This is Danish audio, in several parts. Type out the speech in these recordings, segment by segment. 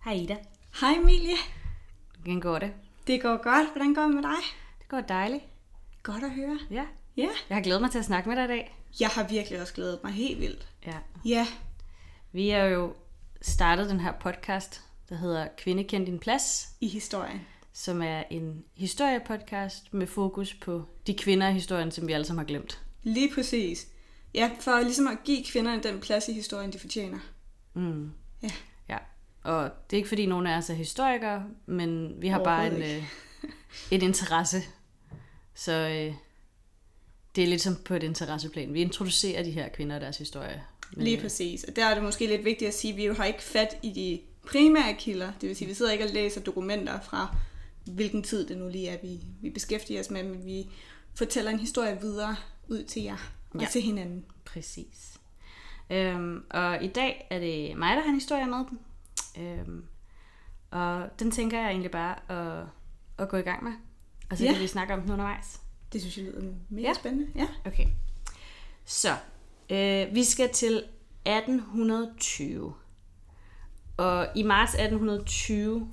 Hej Ida. Hej Emilie. Hvordan går det? Det går godt. Hvordan går det med dig? Det går dejligt. Godt at høre. Ja. Ja. Jeg har glædet mig til at snakke med dig i dag. Jeg har virkelig også glædet mig helt vildt. Ja. Ja. Vi har jo startet den her podcast, der hedder Kvinde kend din plads. I historien. Som er en historiepodcast med fokus på de kvinder i historien, som vi alle sammen har glemt. Lige præcis. Ja, for ligesom at give kvinderne den plads i historien, de fortjener. Mm. Ja. Ja. Og det er ikke fordi nogen af os er historikere, men vi har bare et interesse. Så det er lidt som på et interesseplan. Vi introducerer de her kvinder og deres historie. Lige præcis. Og der er det måske lidt vigtigt at sige, at vi jo har ikke fat i de primære kilder. Det vil sige, at vi sidder ikke og læser dokumenter fra, hvilken tid det nu lige er, vi beskæftiger os med, men vi fortæller en historie videre ud til jer og til hinanden. Præcis. Og i dag er det mig, der har en historie med. Og den tænker jeg egentlig bare at gå i gang med. Og så kan vi snakke om den undervejs. Det synes jeg lyder mega spændende. Ja. Okay. Så, vi skal til 1820. Og i marts 1820,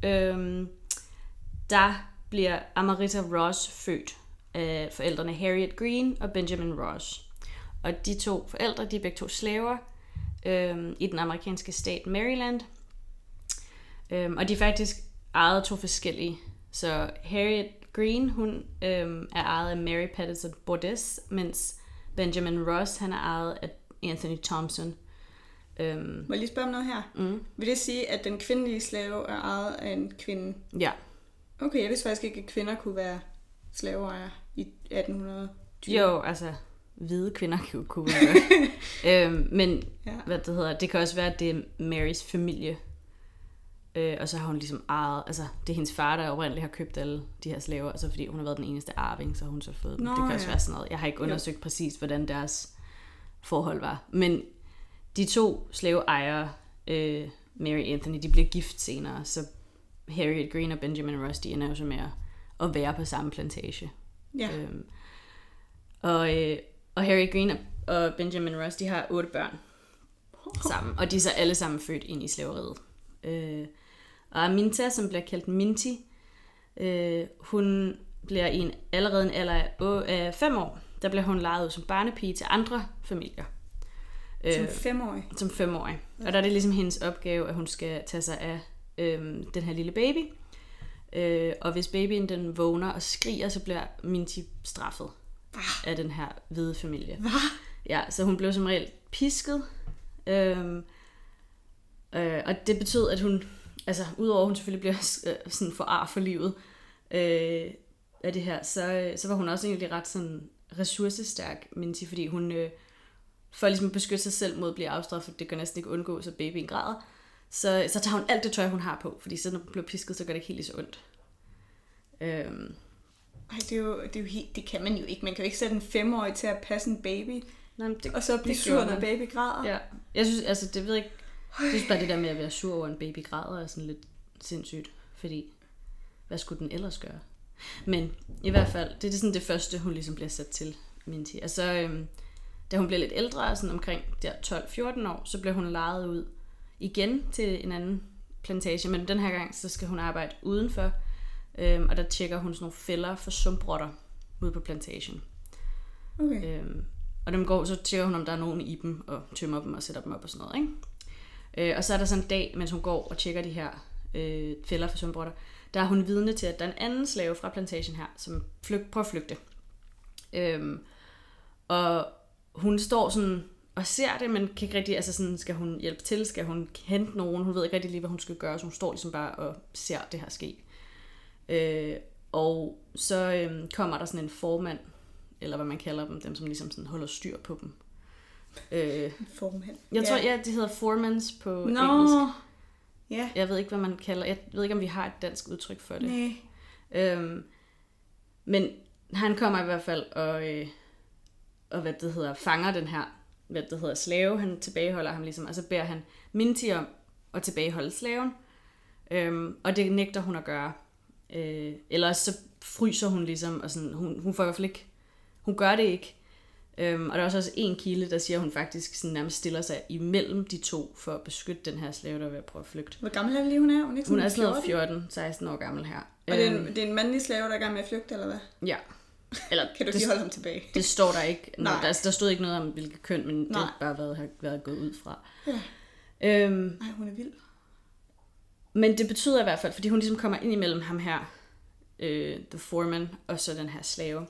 der bliver Amarita Ross født af forældrene Harriet Green og Benjamin Ross. Og de to forældre, de er begge to slaver i den amerikanske stat Maryland. Og de er faktisk ejet to forskellige. Så Harriet Green, hun er ejet af Mary Patterson Bordess, mens Benjamin Ross, han er ejet af Anthony Thompson. Må jeg lige spørge om noget her? Vil det sige, at den kvindelige slave er ejet af en kvinde? Ja. Okay, jeg vidste faktisk ikke, at kvinder kunne være slaveejere i 1820. Jo, altså hvide kvinder kunne være. Men hvad det hedder, det kan også være, at det er Marys familie. Og så har hun ligesom ejet, altså det er hendes far, der oprindeligt har købt alle de her slaver, og så fordi hun har været den eneste arving, så har hun så fået dem. Det kan også være sådan noget. Jeg har ikke undersøgt præcis, hvordan deres forhold var. Men de to slaveejere, Mary og Anthony, de bliver gift senere, så Harriet Green og Benjamin Ross, de ender jo så med at være på samme plantage. Ja. Og Harriet Green og Benjamin Ross, de har 8 børn sammen, og de er så alle sammen født ind i slaveriet. Og Aminta, som bliver kaldt Minty, hun bliver allerede en alder af 5 år, der bliver hun lejet ud som barnepige til andre familier. Som 5-årig? Som 5-årig. Og der er det ligesom hendes opgave, at hun skal tage sig af den her lille baby. Og hvis babyen den vågner og skriger, så bliver Minty straffet af den her hvide familie. Hvad? Ja, så hun blev som regel pisket. Og det betød, at hun, altså udover at hun selvfølgelig bliver sådan for ar for livet af det her, så var hun også egentlig ret sådan ressourcestærk, Minty, fordi hun for ligesom at beskytte sig selv mod at blive afstraffet, det kan næsten ikke undgå, så babyen græder, så tager hun alt det tøj, hun har på, fordi så når hun bliver pisket, så gør det ikke helt lige så ondt. Det kan man jo ikke. Man kan jo ikke sætte en 5-årig til at passe en baby, og så blive sur, når baby græder. Ja. Jeg synes, altså det ved jeg ikke. Jeg synes bare det der med at være sur over en baby græder er sådan lidt sindssygt, fordi hvad skulle den ellers gøre? Men i hvert fald, det er sådan det første, hun ligesom bliver sat til, Minty. Og så, da hun bliver lidt ældre, sådan omkring der 12-14 år, så bliver hun lejet ud igen til en anden plantage, men den her gang, så skal hun arbejde udenfor, og der tjekker hun sådan nogle fælder for sumprotter ude på plantagen. Okay. Og dem går, så tjekker hun, om der er nogen i dem, og tømmer dem og sætter dem op og sådan noget, ikke? Og så er der sådan en dag, mens hun går og tjekker de her fælder for sumprotter, der er hun vidne til, at der er en anden slave fra plantagen her, som prøver at flygte. Og hun står sådan og ser det, men kan ikke rigtig, altså sådan, skal hun hjælpe til, skal hun hente nogen, hun ved ikke rigtig lige, hvad hun skal gøre, så hun står ligesom bare og ser det her ske. Og så kommer der sådan en formand, eller hvad man kalder dem som ligesom sådan holder styr på dem. Formand. Jeg tror, det hedder formans på engelsk. Ja. Jeg ved ikke, hvad man kalder. Jeg ved ikke, om vi har et dansk udtryk for det. Nej. Men han kommer i hvert fald og hvad det hedder, fanger den her, hvad det hedder, slave. Han tilbageholder ham ligesom, og så beder han Minty om at tilbageholde slaven. Og det nægter hun at gøre. Ellers så fryser hun ligesom, og sådan, hun får i hvert fald ikke, hun gør det ikke. Og der er også en kilde, der siger, at hun faktisk sådan nærmest stiller sig imellem de to, for at beskytte den her slave, der er ved at prøve at flygte. Hvor gammel er det lige, hun er? Hun er sådan 14-16 år gammel her. Og det er en mandlig slave, der er i gang med at flygte, eller hvad? Ja. Eller, kan du ikke holde ham tilbage? Det står der ikke. Der stod ikke noget om, hvilket køn, men det har bare været gået ud fra. Ja. Hun er vild. Men det betyder i hvert fald, fordi hun ligesom kommer ind imellem ham her, The Foreman, og så den her slave.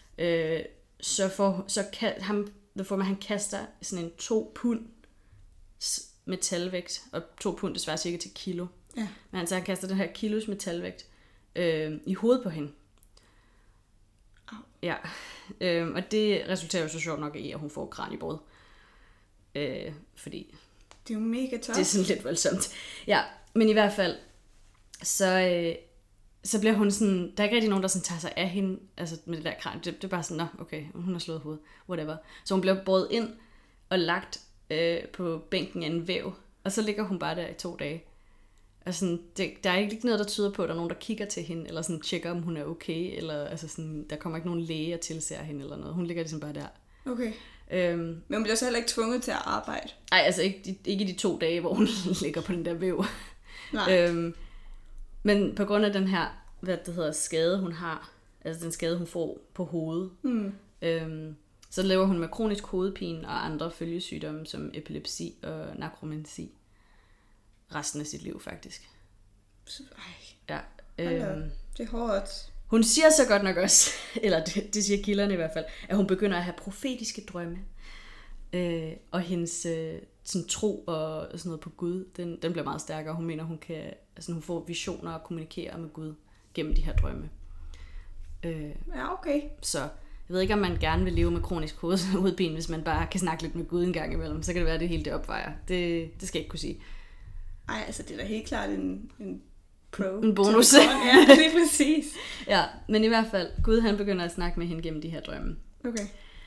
The Foreman, han kaster sådan en 2 pund metalvægt, og 2 pund, det svarer cirka til kilo. Ja. Men han kaster den her kilos metalvægt i hovedet på hende. Ja, og det resulterer jo så sjovt nok i, at hun får kraniebrud. Fordi det er jo mega tough. Det er sådan lidt voldsomt. Ja, men i hvert fald, så bliver hun sådan, der er ikke rigtig nogen, der sådan tager sig af hende, altså med det der kranie. Det er bare sådan, okay, hun har slået hovedet, whatever. Så hun bliver båret ind og lagt på bænken af en væv, og så ligger hun bare der i 2 dage. Og sådan, der er ikke noget, der tyder på, at der er nogen, der kigger til hende, eller sådan tjekker, om hun er okay, eller altså sådan, der kommer ikke nogen læge og tilser hende eller noget. Hun ligger ligesom bare der. Okay. Men hun bliver så heller ikke tvunget til at arbejde? Nej, altså ikke i de 2 dage, hvor hun ligger på den der væv. Nej. Men på grund af den her, skade, hun har, altså den skade, hun får på hovedet, så lever hun med kronisk hovedpine og andre følgesygdomme, som epilepsi og nekromansi. Resten af sit liv, faktisk. Ja. Det er hårdt. Hun siger så godt nok også, eller det siger kilderne i hvert fald, at hun begynder at have profetiske drømme. Og hendes sådan tro og sådan noget på Gud, den bliver meget stærkere. Hun mener, hun får visioner og kommunikerer med Gud gennem de her drømme. Ja, okay. Så jeg ved ikke, om man gerne vil leve med kronisk hovedpine, hvis man bare kan snakke lidt med Gud en gang imellem. Så kan det være, at det hele det opvejer. Det skal jeg ikke kunne sige. Ej, altså det er da helt klart en en bonus. Ja, det er præcis. Ja, men i hvert fald, Gud han begynder at snakke med hende gennem de her drømme. Okay.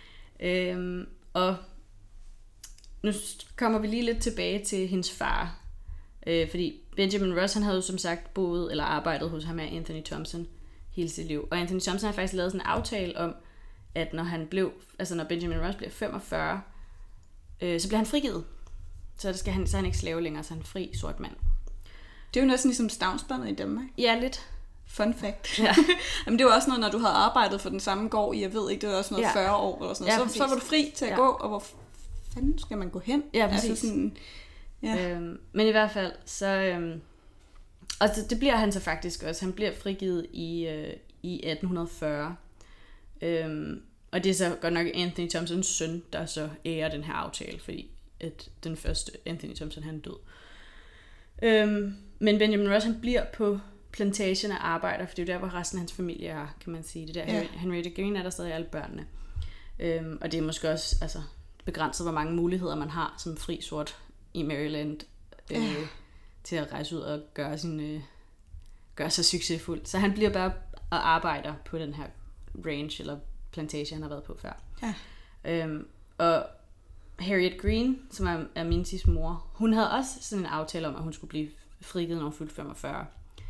Og nu kommer vi lige lidt tilbage til hendes far. Fordi Benjamin Ross, han havde jo som sagt boet eller arbejdet hos ham af Anthony Thompson hele sit liv. Og Anthony Thompson har faktisk lavet sådan en aftale om, at når Benjamin Ross bliver 45, så bliver han frigivet. Så er han ikke slave længere, så er han fri sort mand. Det er jo næsten ligesom stavnsbåndet i Danmark. Ja, lidt. Fun fact. Ja. Jamen, det var også noget, når du havde arbejdet for den samme gård i, jeg ved ikke, det var også noget 40 år eller sådan noget. Så var du fri til at gå, og hvor fanden skal man gå hen? Ja, præcis. Altså sådan, ja. Men i hvert fald, så... og det bliver han så faktisk også. Han bliver frigivet i 1840. Og det er så godt nok Anthony Thompsons søn, der så ærer den her aftale, fordi at den første Anthony Thompson, han er død. Men Benjamin Ross, han bliver på plantagen og arbejder, for det er jo der, hvor resten af hans familie er, kan man sige. Det der Henrietta Green er der stadig alle børnene. Og det er måske også begrænset, hvor mange muligheder man har som fri sort i Maryland til at rejse ud og gøre sig succesfuld. Så han bliver bare og arbejder på den her range eller plantage, han har været på før. Ja. Og Harriet Green, som er Mincy's mor, hun havde også sådan en aftale om, at hun skulle blive frigivet, når hun fyldte 45.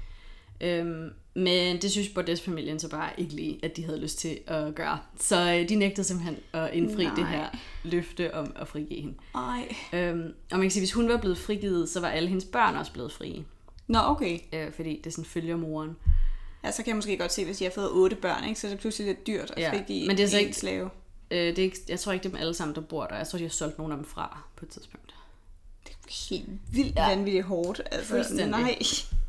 Men det synes Bordess-familien så bare ikke lige, at de havde lyst til at gøre. Så de nægtede simpelthen at indfri det her løfte om at frigive hende. Og man kan sige, hvis hun var blevet frigivet, så var alle hendes børn også blevet frie. Nå, okay. Fordi det sådan følger moren. Ja, så kan jeg måske godt se, hvis de har fået 8 børn, ikke? Så er det pludselig lidt dyrt at frigive men det er så en slave. Det er ikke, jeg tror ikke, det er dem alle sammen, der bor der. Jeg tror, de har solgt nogle af dem fra på et tidspunkt. Det er helt vildt vanvittigt hårdt. Altså, nej.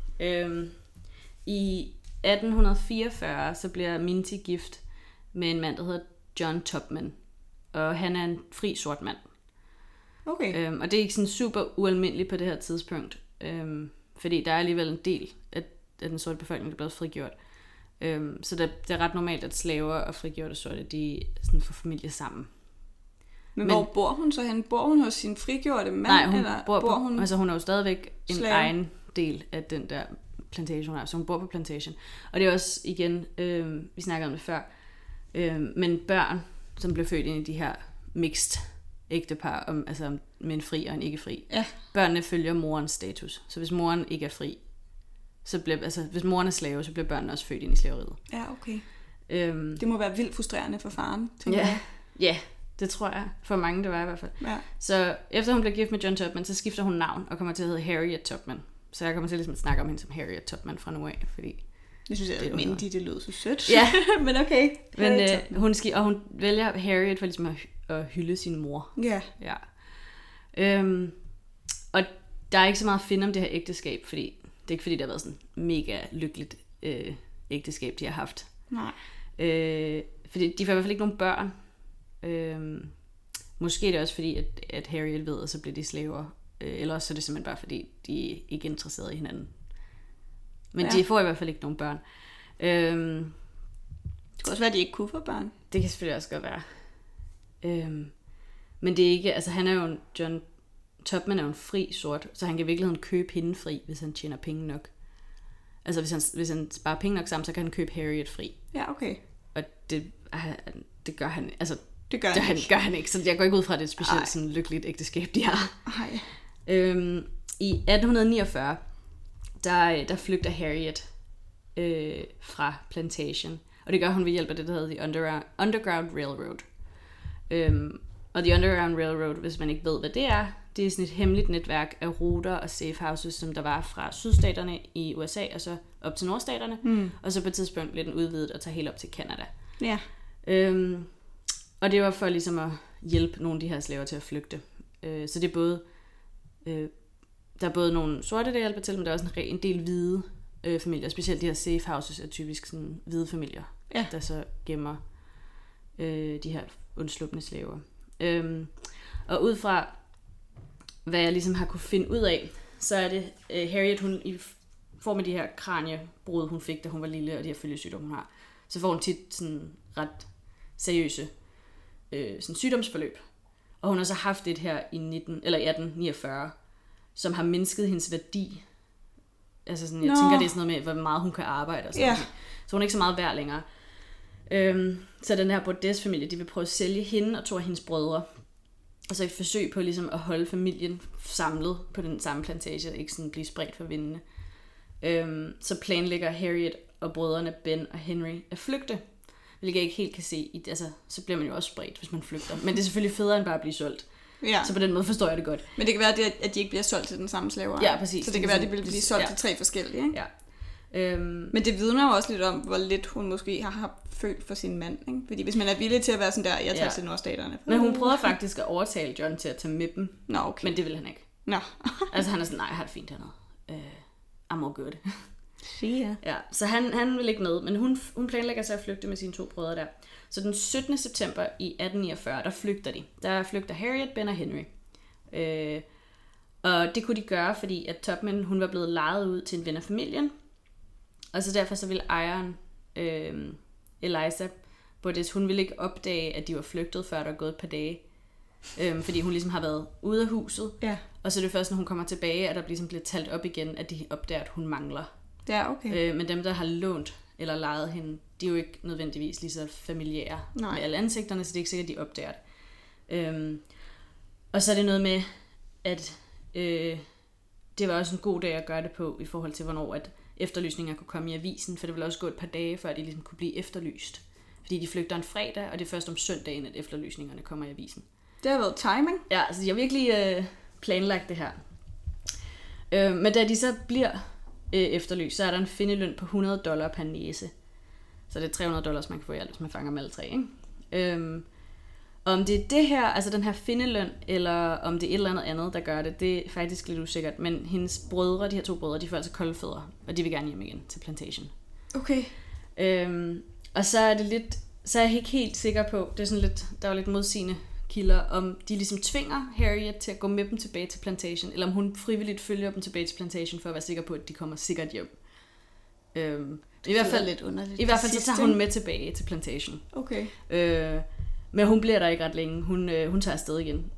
I 1844, så bliver Mincy gift med en mand, der hedder John Tubman. Og han er en fri sort mand. Okay. Og det er ikke sådan super ualmindeligt på det her tidspunkt. Fordi der er alligevel en del af den sorte befolkning, der er blevet frigjort. Så det er ret normalt, at slaver og frigjorte sorte, de sådan får familie sammen. Men hvor bor hun så hen? Bor hun hos sin frigjorte mand? Nej, hun eller bor hun... Altså hun er jo stadigvæk en slave. egen del af den der plantation, så hun bor på plantation. Og det er også igen, vi snakkede om det før, men børn, som blev født ind i de her mixed ægtepar, altså med en fri og en ikke fri. Ja. Børnene følger morens status. Så hvis moren ikke er fri, så bliver, hvis moren er slave, så bliver børnene også født ind i slaveriet. Ja, okay. Det må være vildt frustrerende for faren, tænker jeg. Ja, Det tror jeg. For mange, det var i hvert fald. Ja. Så efter hun bliver gift med John Tubman, så skifter hun navn og kommer til at hedde Harriet Tubman. Så jeg kommer til ligesom at snakke om hende som Harriet Tubman fra nu af, fordi... Det synes jeg, det lød så sødt. Ja. Men okay. Men hun vælger Harriet for ligesom at hylde sin mor. Ja. Ja. Og der er ikke så meget at finde om det her ægteskab, fordi det er ikke fordi, det har været sådan mega lykkeligt ægteskab, de har haft. Nej. Fordi de får i hvert fald ikke nogen børn. Måske er det også fordi, at Harriet ved, og så bliver de slaver. Eller også så er det simpelthen bare fordi, de er ikke interesserede i hinanden. Men de får i hvert fald ikke nogen børn. Det kan også være, at de ikke kunne få børn. Det kan selvfølgelig også godt være. Men det er ikke... Altså han er jo John Tubman er jo en fri sort, så han kan i virkeligheden købe hende fri, hvis han tjener penge nok. Altså hvis han sparer penge nok sammen, så kan han købe Harriet fri. Ja, okay. Og det gør han... Altså, det gør han ikke. Så jeg går ikke ud fra, at det er et specielt sådan, lykkeligt ægteskab, de har. Nej. I 1849, der flygter Harriet fra Plantation. Og det gør hun ved hjælp af det, der hedder The Underground Railroad. Og The Underground Railroad, hvis man ikke ved, hvad det er sådan et hemmeligt netværk af ruter og safe houses, som der var fra sydstaterne i USA, og så op til nordstaterne. Og så på et tidspunkt blev den udvidet og tager helt op til Canada. Ja. Og det var for ligesom at hjælpe nogle af de her slaver til at flygte. Så det er både... der er både nogle sorte, der hjælper til, men der er også en del hvide familier. Specielt de her safe houses er typisk sådan hvide familier, der så gemmer de her undslupne slaver. Og ud fra, hvad jeg ligesom har kunne finde ud af, så er det Harriet, hun i form af de her kraniebrud, hun fik, da hun var lille, og de her følgesygdomme, hun har, så får hun tit sådan ret seriøse sådan sygdomsforløb. Og hun har så haft det her i 1849, som har mindsket hendes værdi. Altså sådan, jeg tænker, det er sådan noget med, hvor meget hun kan arbejde og sådan noget. Så hun er ikke så meget værd længere. Så den her Bordés-familie, de vil prøve at sælge hende og 2 af hendes brødre. Og så et forsøg på ligesom at holde familien samlet på den samme plantage, og ikke sådan blive spredt for vindene. Så planlægger Harriet og brødrene Ben og Henry at flygte. Hvilket jeg ikke helt kan se. Altså, så bliver man jo også spredt, hvis man flygter. Men det er selvfølgelig federe end bare at blive solgt. Ja. Så på den måde forstår jeg det godt. Men det kan være, at de ikke bliver solgt til den samme slaver. Ja, præcis. Så det kan være, at de vil blive solgt til 3 forskellige. Ikke? Ja. Men det vidner jo også lidt om, hvor lidt hun måske har følt for sin mand. Ikke? Fordi hvis man er villig til at være sådan der, jeg tager til nordstaterne. Men hun prøver faktisk at overtale John til at tage med dem. Nå, okay. Men det vil han ikke. Nå. Altså han er sådan, nej, jeg har det fint hernede. I'm all good. Yeah. Ja, så han vil ikke med, men hun planlægger sig at flygte med sine 2 brødre der. Så den 17. september i 1849, der flygter de. Der flygter Harriet, Ben og Henry. Og det kunne de gøre, fordi at Tubman, hun var blevet lejet ud til en ven af familien. Og så derfor så ville ejeren, Eliza Bordés, hun ville ikke opdage, at de var flygtet, før der var gået et par dage. Fordi hun ligesom har været ude af huset. Ja. Og så er det først, når hun kommer tilbage, at der ligesom bliver talt op igen, at de opdager, at hun mangler. Ja, okay. Men dem, der har lånt eller lejet hende, de er jo ikke nødvendigvis lige så familiære med alle ansigterne, så det er ikke sikkert, de opdager det. Og så er det noget med, at det var også en god dag at gøre det på, i forhold til, hvornår at efterlysninger kunne komme i avisen, for det ville også gå et par dage, før de ligesom kunne blive efterlyst. Fordi de flygter en fredag, og det er først om søndagen, at efterlysningerne kommer i avisen. Det har været timing. Ja, altså de har virkelig planlagt det her. Men da de så bliver efterlyst, så er der en findeløn på $100 per næse. Så det er $300, man kan få i alt, hvis man fanger dem alle 3, ikke? Om det er det her, altså den her findeløn, eller om det er et eller andet, der gør det, det er faktisk lidt usikkert. Men hendes brødre, de her 2 brødre, de får altså kolde fødder, og de vil gerne hjem igen til Plantation. Okay. Og så er det lidt, så er jeg ikke helt sikker på, det er sådan lidt, der var lidt modsigende kilder, om de ligesom tvinger Harriet til at gå med dem tilbage til Plantation, eller om hun frivilligt følger dem tilbage til Plantation, for at være sikker på, at de kommer sikkert hjem. I hvert fald lidt underligt. I hvert fald så tager hun med tilbage til Plantation. Okay. Men hun bliver der ikke ret længe. Hun tager afsted igen.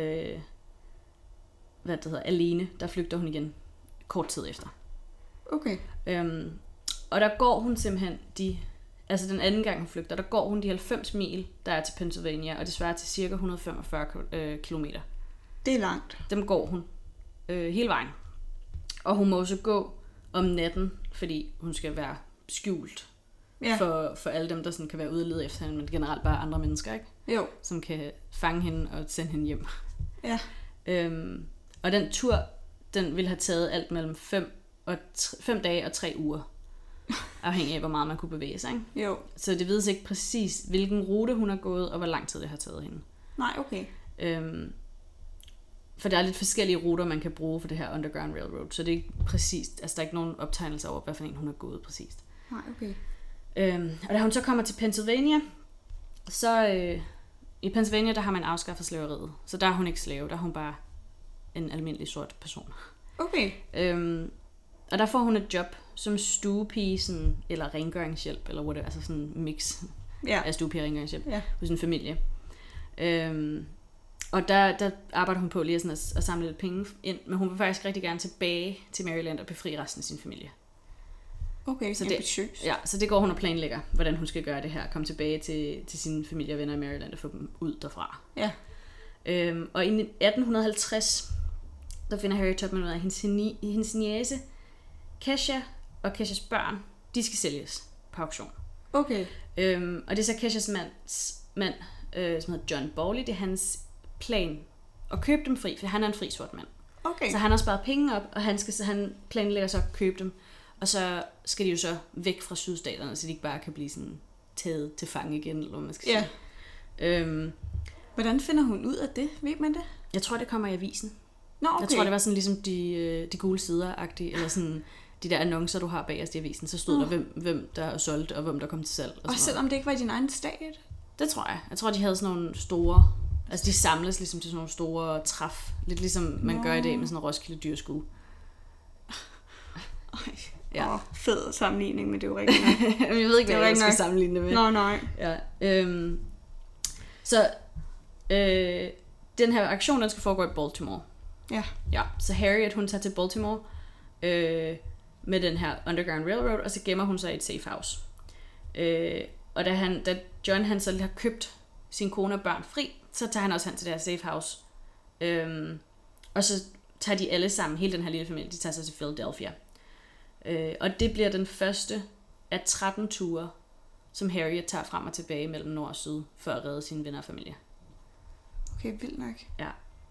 Alene. Der flygter hun igen kort tid efter. Okay. Og der går hun simpelthen altså den anden gang hun flygter, der går hun de 90 mil, der er til Pennsylvania, og det svarer til cirka 145 kilometer. Det er langt. Dem går hun hele vejen. Og hun må også gå om natten, fordi hun skal være skjult. for alle dem, der sådan kan være ude og lede efter hende, men generelt bare andre mennesker, ikke? Jo. Som kan fange hende og sende hende hjem. Ja. Og den tur, den ville have taget alt mellem 5 dage og 3 uger. Afhængig af, hvor meget man kunne bevæge sig, ikke? Jo. Så det vides ikke præcis, hvilken rute hun har gået, og hvor lang tid det har taget hende. Nej, okay. For der er lidt forskellige ruter, man kan bruge for det her Underground Railroad, så det er ikke præcist, altså der er ikke nogen optegnelser over, hvad for en hun har gået præcist. Nej, okay. Og da hun så kommer til Pennsylvania, så i Pennsylvania, der har man afskaffet slaveriet, så der er hun ikke slave, der er hun bare en almindelig sort person. Okay. Og der får hun et job som stuepige, sådan, eller rengøringshjælp, eller whatever, altså sådan en mix af stuepige og rengøringshjælp hos en familie. Og der arbejder hun på lige sådan at samle lidt penge ind, men hun vil faktisk rigtig gerne tilbage til Maryland og befri resten af sin familie. Okay, så så det går hun og planlægger, hvordan hun skal gøre det her, komme tilbage til sine familie og venner i Maryland og få dem ud derfra. Ja. Og i 1850, der finder Harriet Tubman ud af, at hendes niece, Kesha og Keshas børn, de skal sælges på auktion. Okay. Og det er så Keshas mand, som hedder John Bawley, det er hans plan at købe dem fri, for han er en fri sort mand. Okay. Så han har sparet penge op, og han planlægger så at købe dem, og så skal de jo så væk fra sydstaterne, så de ikke bare kan blive sådan taget til fange igen, eller hvad man skal sige. Hvordan finder hun ud af det? Ved man det? Jeg tror, det kommer i avisen. Nå, okay. Jeg tror, det var sådan ligesom de gule sider-agtige, eller sådan de der annoncer, du har bagerst i avisen, så stod der, hvem der er solgt, og hvem der kom til salg. Og selvom det ikke var i din egen stat? Det tror jeg. Jeg tror, de havde sådan nogle store, altså de samles ligesom til sådan nogle store træf, lidt ligesom man gør i dag med sådan en Roskilde Dyrskue. Ja. Fed sammenligning, men det er jo rigtig nok. Jeg ved ikke, hvad jeg skal sammenligne det med. Nej. Ja. Så den her aktion, den skal foregå i Baltimore. Ja. Så Harriet, hun tager til Baltimore med den her Underground Railroad, og så gemmer hun sig i et safe house. Og da John han så har købt sin kone og børn fri, så tager han også hen til det her safe house. Og så tager de alle sammen, hele den her lille familie, de tager sig til Philadelphia. Og det bliver den første af 13 ture, som Harriet tager frem og tilbage mellem nord og syd, for at redde sine venner og familie. Okay, vildt nok. Ja.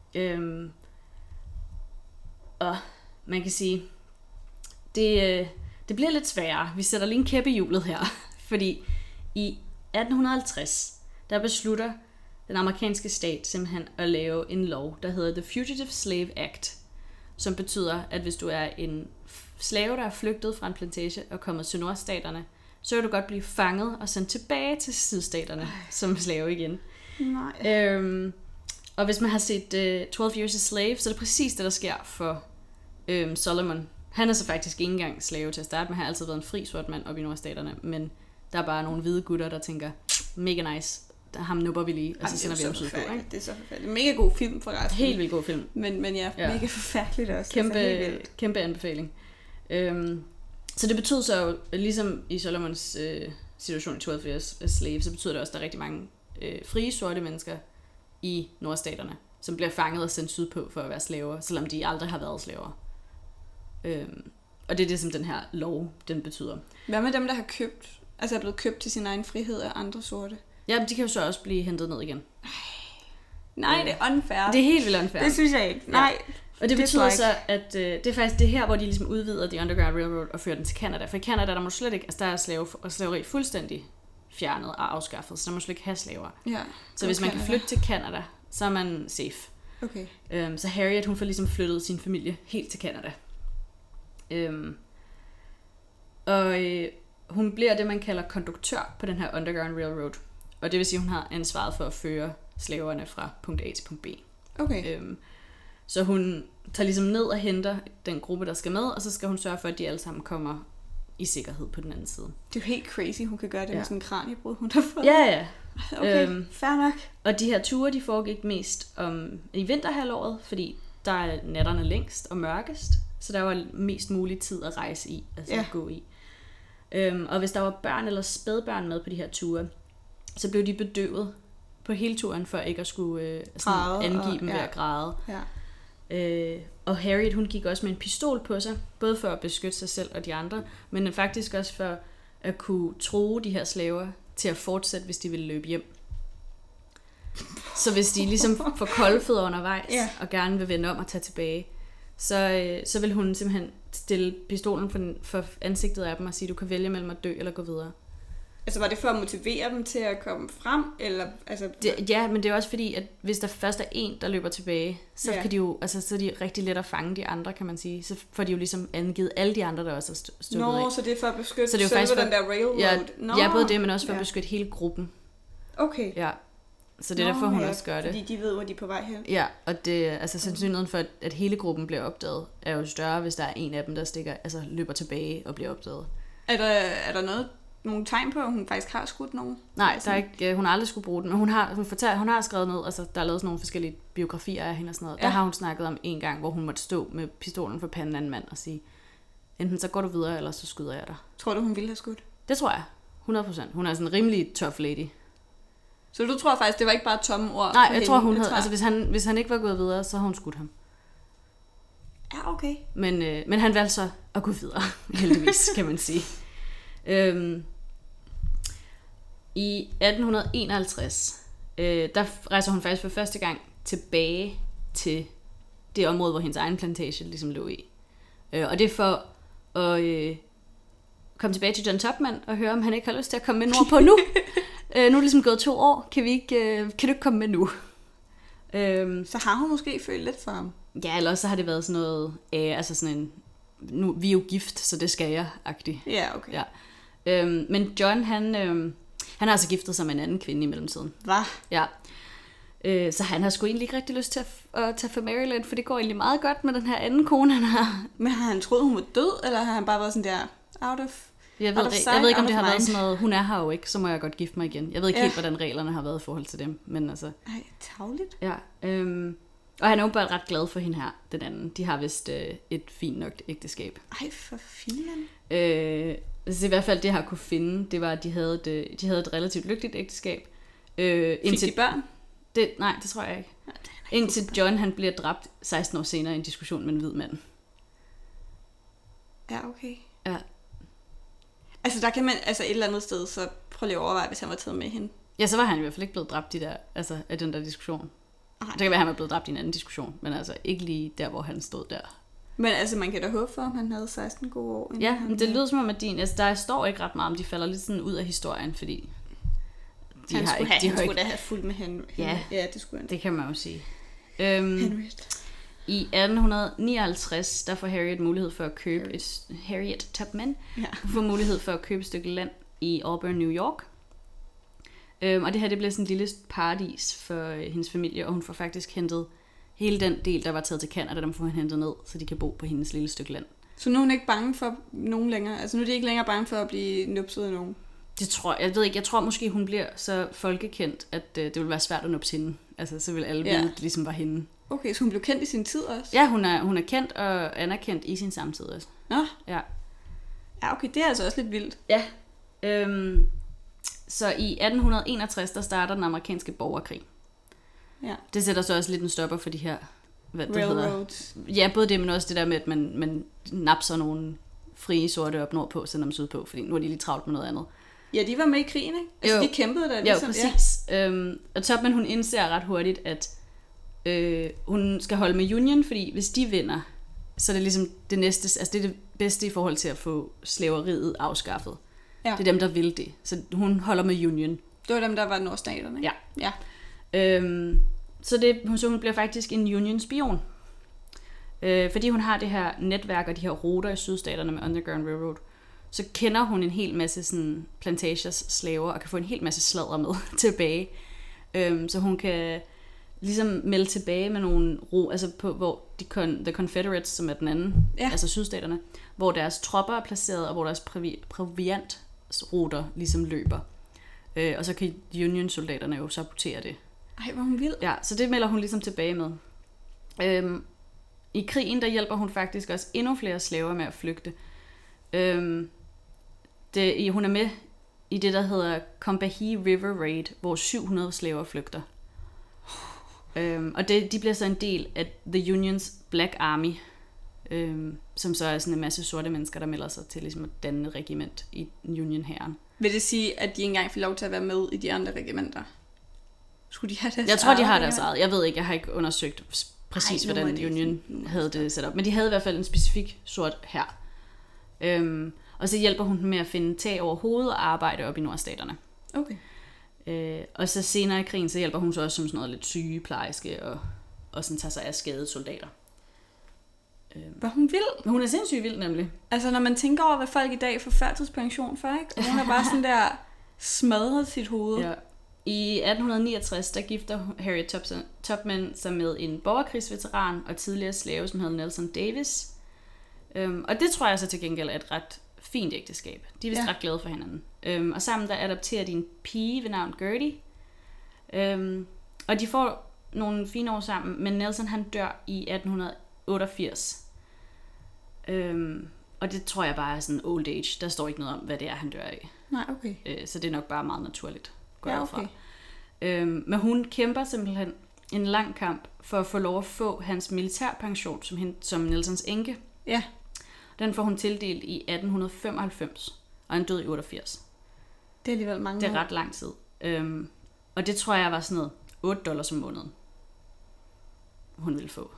Og man kan sige, det bliver lidt sværere. Vi sætter lige en kæppe i hjulet her. Fordi i 1850, der beslutter den amerikanske stat simpelthen at lave en lov, der hedder The Fugitive Slave Act, som betyder, at hvis du er en slave, der er flygtet fra en plantage og kommet til nordstaterne, så kan du godt blive fanget og sendt tilbage til sydstaterne som slave igen. Nej. Og hvis man har set 12 Years a Slave, så er det præcis det, der sker for Solomon. Han er så faktisk ikke engang slave til at starte med. Han har altid været en fri sort mand oppe i nordstaterne, men der er bare nogle hvide gutter, der tænker, mega nice, ham nupper vi lige, og så sender vi ham sydpå. Det er så forfærdeligt. Mega god film forresten. Helt vildt god film. Men ja, mega forfærdeligt også. Kæmpe anbefaling. Så det betyder så jo, ligesom i Solomons situation i 12 Years a Slave, så betyder det også, at der er rigtig mange frie sorte mennesker i nordstaterne, som bliver fanget og sendt sydpå for at være slaver, selvom de aldrig har været slaver. Og det er det, som den her lov, den betyder. Hvad med dem, der har er blevet købt til sin egen frihed af andre sorte? Ja, de kan jo så også blive hentet ned igen. Nej, det er unfair. Det er helt vildt unfair. Det synes jeg ikke. Nej. Ja. Og det betyder så, at det er faktisk det her, hvor de ligesom udvider The Underground Railroad og fører den til Canada. For i Canada, der må slet ikke, altså der er slaveri fuldstændig fjernet og afskaffet, så der må slet ikke have slaver. Ja, så hvis man kan flytte til Canada, så er man safe. Okay. Så Harriet, hun får ligesom flyttet sin familie helt til Canada. Hun bliver det, man kalder konduktør på den her Underground Railroad. Og det vil sige, at hun har ansvaret for at føre slaverne fra punkt A til punkt B. Okay. Så hun tager ligesom ned og henter den gruppe, der skal med, og så skal hun sørge for, at de alle sammen kommer i sikkerhed på den anden side. Det er jo helt crazy, hun kan gøre det med sådan en kraniebrud, hun har fået. Ja. Okay, fair nok. Og de her ture, de foregik mest i vinterhalvåret, fordi der er natterne længst og mørkest, så der var mest mulig tid at rejse i, altså at gå i. Og hvis der var børn eller spædbørn med på de her ture, så blev de bedøvet på hele turen, for ikke at skulle angive dem ved at græde. Ja. Og Harriet, hun gik også med en pistol på sig, både for at beskytte sig selv og de andre, men faktisk også for at kunne true de her slaver til at fortsætte, hvis de ville løbe hjem. Så hvis de ligesom får kolde fødder undervejs, og gerne vil vende om og tage tilbage, så vil hun simpelthen stille pistolen for ansigtet af dem og sige, du kan vælge mellem at dø eller gå videre. Altså var det for at motivere dem til at komme frem? Eller, altså... Ja, men det er også fordi, at hvis der først er en, der løber tilbage, så kan de jo, altså, så er de rigtig let at fange de andre, kan man sige. Så får de jo ligesom angivet alle de andre, der også er stukket af. Så det er for at beskytte så det er jo faktisk den der railroad? Ja, både det, men også for at beskytte hele gruppen. Okay. Ja. Så det er derfor, hun også gør det. Fordi de ved, hvor de er på vej hen. Ja, og det, altså sandsynligheden for, at hele gruppen bliver opdaget, er jo større, hvis der er en af dem, der løber tilbage og bliver opdaget. Er der nogle tegn på, at hun faktisk har skudt nogen? Nej, der er ikke, hun har aldrig skulle bruge den, men hun har skrevet ned, altså der er lavet sådan nogle forskellige biografier af hende og sådan noget. Ja. Der har hun snakket om en gang, hvor hun måtte stå med pistolen for panden af en mand og sige, enten så går du videre, eller så skyder jeg dig. Tror du, hun ville have skudt? Det tror jeg. 100%. Hun er sådan en rimelig tough lady. Så du tror faktisk, det var ikke bare tomme ord? Nej, jeg tror, hun havde, altså hvis han ikke var gået videre, så havde hun skudt ham. Ja, okay. Men han valgte så at gå videre, heldigvis, kan man sige. I 1851, der rejser hun faktisk for første gang tilbage til det område, hvor hendes egen plantage ligesom lå i. Og det er for at komme tilbage til John Tubman og høre, om han ikke har lyst til at komme med nordpå nu. Nu er det ligesom gået 2 år. Kan du ikke komme med nu? Så har hun måske følt lidt for ham. Ja, eller så har det været sådan noget, altså sådan en, nu, vi er jo gift, så det skal jeg-agtigt. Ja, okay. Ja. Men John, han har altså giftet sig med en anden kvinde i mellemtiden. Hvad? Ja. Så han har sgu egentlig ikke rigtig lyst til at tage for Maryland, for det går egentlig meget godt med den her anden kone, han har. Men har han troet, hun var død, eller har han bare været sådan der out of... Jeg ved ikke, om det har været sådan noget, hun er her jo ikke, så må jeg godt gifte mig igen. Jeg ved ikke helt, hvordan reglerne har været i forhold til dem, men altså... Ej, tarveligt. Ja, og han er jo bare ret glad for hende her, den anden. De har vist et fint nok ægteskab. Ej, for filen. Altså i hvert fald det, jeg har kunne finde, det var, at de havde et relativt lykkeligt ægteskab. Fik de børn? Nej, det tror jeg ikke. Ja, indtil John, han bliver dræbt 16 år senere i en diskussion med en hvid mand. Ja, okay. Ja. Altså der kan man, altså et eller andet sted, så prøv lige at overveje, hvis han var taget med hende. Ja, så var han i hvert fald ikke blevet dræbt af den der diskussion. Det kan være, at han var blevet dræbt i en anden diskussion, men altså ikke lige der, hvor han stod der. Men altså, man kan da håbe for, at han havde 16 gode år. Ja, men det lyder som om, at der står ikke ret meget om, de falder lidt sådan ud af historien, fordi han skulle da have fulgt med hende. Ja, det skulle han. Det kan man jo sige. I 1859, der får Harriet mulighed for at købe Harriet Tubman får mulighed for at købe et stykke land i Auburn, New York. Og det her, det bliver sådan en lille paradis for hendes familie, og hun får faktisk hentet hele den del, der var taget til Canada, dem får hun hentet ned, så de kan bo på hendes lille stykke land. Så nu er hun ikke bange for nogen længere? Altså nu er de ikke længere bange for at blive nupset af nogen? Det tror jeg. Jeg ved ikke. Jeg tror måske, hun bliver så folkekendt, at det vil være svært at nupse hende. Altså så vil alle vide, at det ligesom var hende. Okay, så hun blev kendt i sin tid også? Ja, hun er kendt og anerkendt i sin samtid også. Nå? Ja. Ja, okay, det er altså også lidt vildt. Ja. Så i 1861, der starter den amerikanske borgerkrig. Ja. Det sætter så også lidt en stopper for de her... Railroads. Ja, både det, men også det der med, at man napser nogle frie sorte op nordpå, sender dem sydpå, fordi nu er de lige travlt med noget andet. Ja, de var med i krigen, ikke? Altså, de kæmpede der ligesom. Jo, præcis. Ja. Og Tubman, hun indser ret hurtigt, at hun skal holde med Union, fordi hvis de vinder, så er det ligesom det næste, altså det er det bedste i forhold til at få slaveriet afskaffet. Ja. Det er dem, der vil det. Så hun holder med Union. Det var dem, der var nordstaterne, ikke? Ja. Så hun bliver faktisk en Union-spion. Fordi hun har det her netværk og de her ruter i sydstaterne med Underground Railroad, så kender hun en hel masse sådan, plantagers slaver og kan få en hel masse sladder med tilbage. Så hun kan ligesom melde tilbage med nogle altså på hvor The Confederates, som er den anden, altså sydstaterne, hvor deres tropper er placeret og hvor deres proviantruter ligesom løber. Og så kan Union-soldaterne jo sabotere det. Ej, hvor hun vild. Ja, så det melder hun ligesom tilbage med. I krigen, der hjælper hun faktisk også endnu flere slaver med at flygte. Hun er med i det, der hedder Combahee River Raid, hvor 700 slaver flygter. Og de bliver så en del af The Unions Black Army. som så er sådan en masse sorte mennesker, der melder sig til ligesom at danne et regiment i Union-hæren. Vil det sige, at de ikke engang fik lov til at være med i de andre regimenter? Skulle de have deres Jeg tror, de har deres eget. Jeg ved ikke, jeg har ikke undersøgt præcis, hvordan Union havde det sat op. Men de havde i hvert fald en specifik sort hær. Og så hjælper hun dem med at finde tag over hovedet og arbejde op i nordstaterne. Okay. Og så senere i krigen, så hjælper hun så også som sådan noget lidt sygeplejerske og sådan tager sig af skadede soldater. Var hun vild? Hun er sindssygt vild nemlig. Altså når man tænker over, hvad folk i dag får førtidspension for, ikke? Og hun har bare sådan der smadret sit hoved. Ja. I 1869, der gifter Harriet Tubman sig med en borgerkrigsveteran og tidligere slave, som hed Nelson Davis. Og det tror jeg så til gengæld er et ret fint ægteskab. De er vist ret glade for hinanden. Og sammen der adopterer de en pige ved navn Gertie. Og de får nogle fine år sammen, men Nelson han dør i 1888. Og det tror jeg bare er sådan old age. Der står ikke noget om, hvad det er, han dør af. Nej, okay. Så det er nok bare meget naturligt. Ja, okay. Men hun kæmper simpelthen en lang kamp for at få lov at få hans militærpension som Nelsons enke. Ja. Den får hun tildelt i 1895, og han døde i 88. Det er alligevel mange år. Det er ret lang tid. Og det tror jeg var sådan noget $8 om måneden, hun ville få.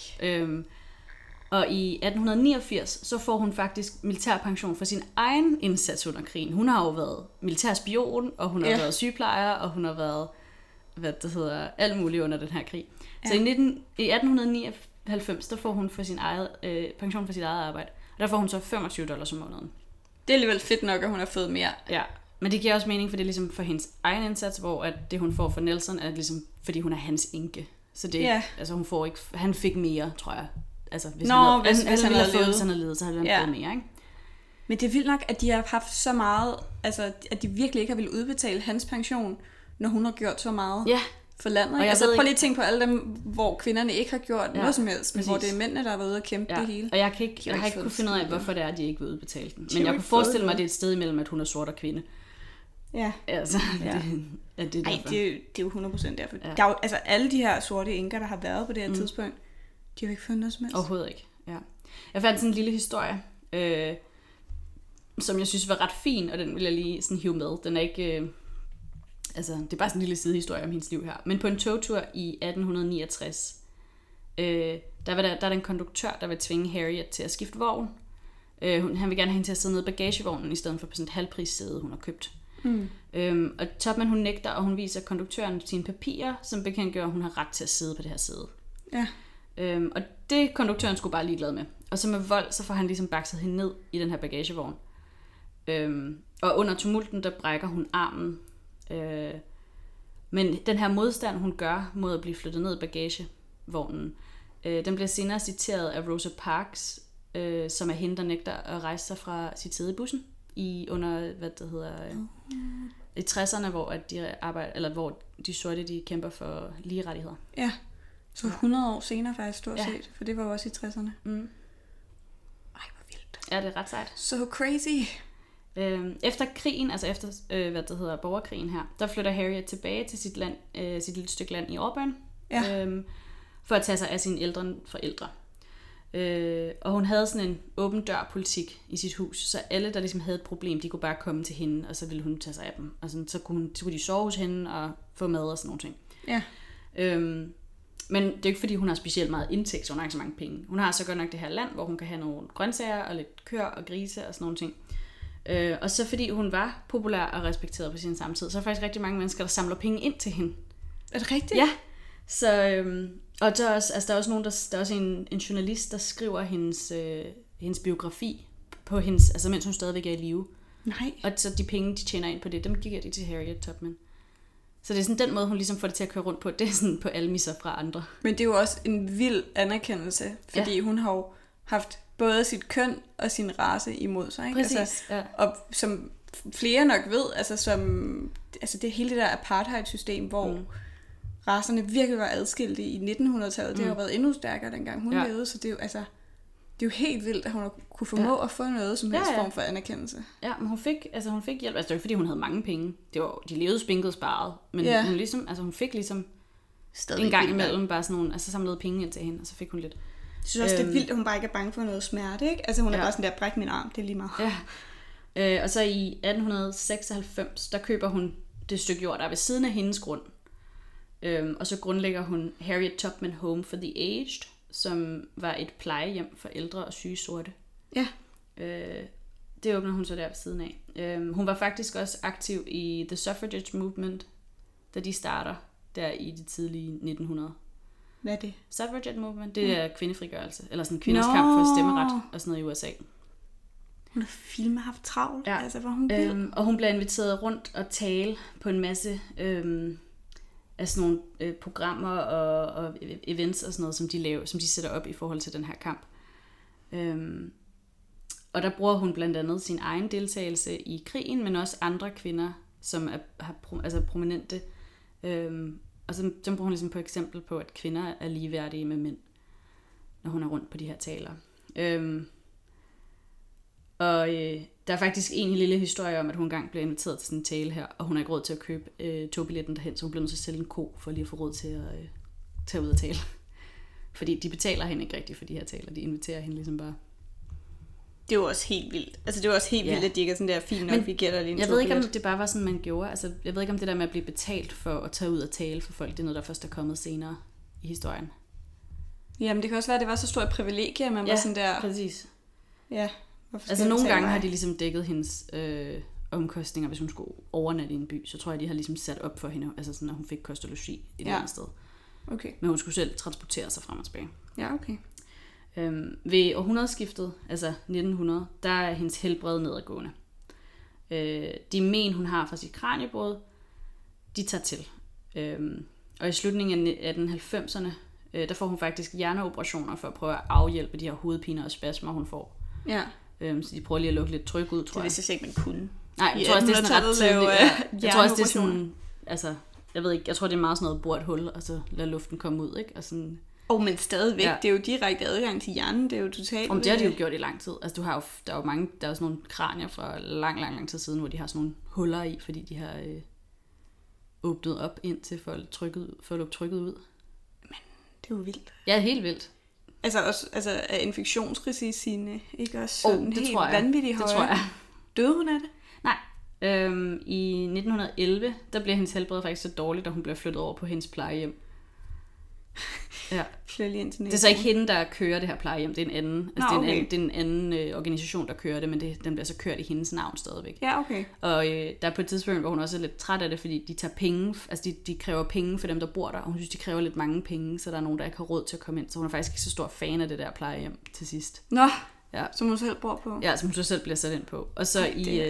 Og i 1889, så får hun faktisk militærpension for sin egen indsats under krigen. Hun har jo været militærspion, og hun har været sygeplejer, og hun har været, alt muligt under den her krig. Ja. Så i 1899, der får hun for sin pension for sit eget arbejde. Og der får hun så $25 om måneden. Det er alligevel fedt nok, at hun har fået mere. Ja, men det giver også mening, for det er ligesom for hendes egen indsats, hvor at det, hun får for Nelson, er ligesom, fordi hun er hans enke. Så det altså hun får ikke, han fik mere, tror jeg. Altså, hvis han havde levet, så havde han fået mere, ikke? Men det er vildt nok, at de har haft så meget, altså at de virkelig ikke har ville udbetale hans pension, når hun har gjort så meget for landet. Altså prøv lige at tænke på alle dem, hvor kvinderne ikke har gjort noget som helst, men hvor det er mændene, der har været ude og kæmpe det hele. Og jeg har ikke kunnet finde ud af, hvorfor det er, at de ikke vil udbetale den. Men jeg kunne forestille mig, at det er et sted imellem, at hun er sort og kvinde. Ja. Altså, det er jo 100% derfor. Ja. Der er jo, altså alle de her sorte enker, der har været på det her tidspunkt, de har jo ikke fundet noget som helst. Overhovedet ikke, ja. Jeg fandt sådan en lille historie, som jeg synes var ret fin, og den vil jeg lige sådan hive med. Den er ikke... det er bare sådan en lille sidehistorie om hendes liv her. Men på en togtur i 1869, der er der en konduktør, der vil tvinge Harriet til at skifte vogn. Han vil gerne have hende til at sidde nede i bagagevognen, i stedet for på sådan et halvprissæde, hun har købt. Og Tubman, hun nægter, og hun viser konduktøren sine papirer, som bekendtgør, at hun har ret til at sidde på det her sæde. Ja. Og det konduktøren skulle bare ligeglad med. Og så med vold, så får han ligesom bakset hende ned i den her bagagevogn. Og under tumulten, der brækker hun armen. Men den her modstand, hun gør mod at blive flyttet ned i bagagevognen, den bliver senere citeret af Rosa Parks, som er hende, der nægter at rejse sig fra sit sæde i bussen under, i 60'erne, hvor at de arbejder, eller hvor de sorte, de kæmper for lige rettigheder. Ja. Så 100 år senere faktisk stort set, for det var jo også i 60'erne. Ej, hvor vildt. Ja, det er ret sejt. So crazy. Efter krigen, altså efter borgerkrigen her, der flytter Harriet tilbage til sit land, sit lille stykke land i Auburn, for at tage sig af sine ældre forældre. Og hun havde sådan en åben dør politik i sit hus, så alle der ligesom havde et problem, de kunne bare komme til hende, og så ville hun tage sig af dem. Og sådan, så kunne de sove hos hende og få mad og sådan nogle ting. Ja. Men det er ikke fordi hun har specielt meget indtægt, så hun har ikke så mange penge. Hun har så godt nok det her land, hvor hun kan have nogle grøntsager og lidt køer og grise og sådan nogle ting. Og så fordi hun var populær og respekteret på sin samtid, så er der faktisk rigtig mange mennesker, der samler penge ind til hende. Er det rigtigt? Ja. Så, og der er også, der er også nogen, der er også en journalist, der skriver hendes biografi på hendes, altså mens hun stadigvæk er i live. Nej. Og så de penge, de tjener ind på det, dem giver de til Harriet Tubman. Så det er sådan den måde, hun ligesom får det til at køre rundt på. Det er sådan på almisser fra andre. Men det er jo også en vild anerkendelse, fordi hun har jo haft både sit køn og sin race imod sig. Ikke? Præcis, altså, og som flere nok ved, altså det hele det der apartheid-system, hvor racerne virkelig var adskilte i 1900-tallet, det har jo været endnu stærkere, dengang hun levede, så det er jo det er jo helt vildt, at hun kunne formå at få noget som helst form for anerkendelse. Ja, men hun fik hjælp. Altså det var ikke fordi, hun havde mange penge. De levede spinket sparet. Men hun fik ligesom stadig en gang imellem bare sådan nogle, altså samlede penge ind til hende, og så fik hun lidt. Jeg synes også, det er vildt, at hun bare ikke er bange for noget smerte, ikke? Altså hun er bare sådan der, bræk min arm, det er lige meget. Ja. Og så i 1896, der køber hun det stykke jord, der er ved siden af hendes grund. Og så grundlægger hun Harriet Tubman Home for the Aged, som var et plejehjem for ældre og syge sorte. Ja. Det åbner hun så der ved siden af. Hun var faktisk også aktiv i The Suffragette Movement, da de starter der i det tidlige 1900. Hvad er det? Suffragette Movement, det er kvindefrigørelse, eller sådan kvinders kamp for stemmeret og sådan noget i USA. Hun har filmet haft travlt, altså hvor hun vil. Og hun bliver inviteret rundt og tale på en masse af sådan nogle programmer og events og sådan noget, som de sætter op i forhold til den her kamp. Og der bruger hun blandt andet sin egen deltagelse i krigen, men også andre kvinder, som er prominente. Og så bruger hun ligesom på eksempel på, at kvinder er ligeværdige med mænd, når hun er rundt på de her taler. Der er faktisk en lille historie om, at hun engang blev inviteret til sådan en tale her, og hun har ikke råd til at købe togbilletten derhen, så hun bliver nødt til at sælge en ko, for lige at få råd til at tage ud og tale. Fordi de betaler hende ikke rigtigt for de her taler, de inviterer hende ligesom bare. Det er jo også helt vildt. Altså det er jo også helt vildt, at de ikke er sådan der fint nok, vi giver dig lige en jeg ved ikke, om det bare var sådan, man gjorde. Altså, jeg ved ikke, om det der med at blive betalt for at tage ud og tale for folk, det er noget, der først er kommet senere i historien. Jamen det kan også være, at det var så stort et privilegie, at man var sådan der. Præcis. Ja. Altså nogle gange har de ligesom dækket hendes omkostninger, hvis hun skulle overnatte i en by. Så tror jeg, de har ligesom sat op for hende, altså sådan, at hun fik kost og logi et andet sted. Okay. Men hun skulle selv transportere sig frem og tilbage. Ja, okay. Ved århundredeskiftet, altså 1900, der er hendes helbred nedadgående. De men, hun har fra sit kraniebrud, de tager til. Og i slutningen af 1890'erne, der får hun faktisk hjerneoperationer for at prøve at afhjælpe de her hovedpiner og spasmer, hun får. Ja. Så de prøver lige at lukke lidt tryk ud, tror jeg. Det vidste jeg ikke, man kunne. Nej, jeg tror også, det er sådan ret tidligt. Jeg tror også, det er sådan, altså, jeg ved ikke, jeg tror, det er meget sådan noget bor et hul, og så lade luften komme ud, ikke? Og sådan. Men stadigvæk, det er jo direkte adgang til hjernen, det er jo totalt. Det har de jo gjort i lang tid. Altså, der er jo mange, der er sådan nogle kranier fra lang tid siden, hvor de har sådan nogle huller i, fordi de har åbnet op ind til for at lukke trykket ud. Men det er jo vildt. Ja, helt vildt. Altså også er infektionsrisiciene ikke også sådan det helt tror jeg. Vanvittigt høje? Det tror jeg. Døde hun af det? Nej. I 1911, der bliver hendes helbred faktisk så dårligt, da hun bliver flyttet over på hendes plejehjem. Ja. Det er så ikke hende, der kører det her plejehjem. Det er en anden, det er en anden organisation, der kører det, men den bliver så kørt i hendes navn stadigvæk. Ja, okay. Og der er på et tidspunkt, hvor hun også er lidt træt af det, fordi de tager penge, altså de kræver penge for dem, der bor der, og hun synes, de kræver lidt mange penge, så der er nogen, der ikke har råd til at komme ind. Så hun er faktisk ikke så stor fan af det der plejehjem til sidst. Nå, som hun selv bor på. Ja, som hun så selv bliver sat ind på. Og så i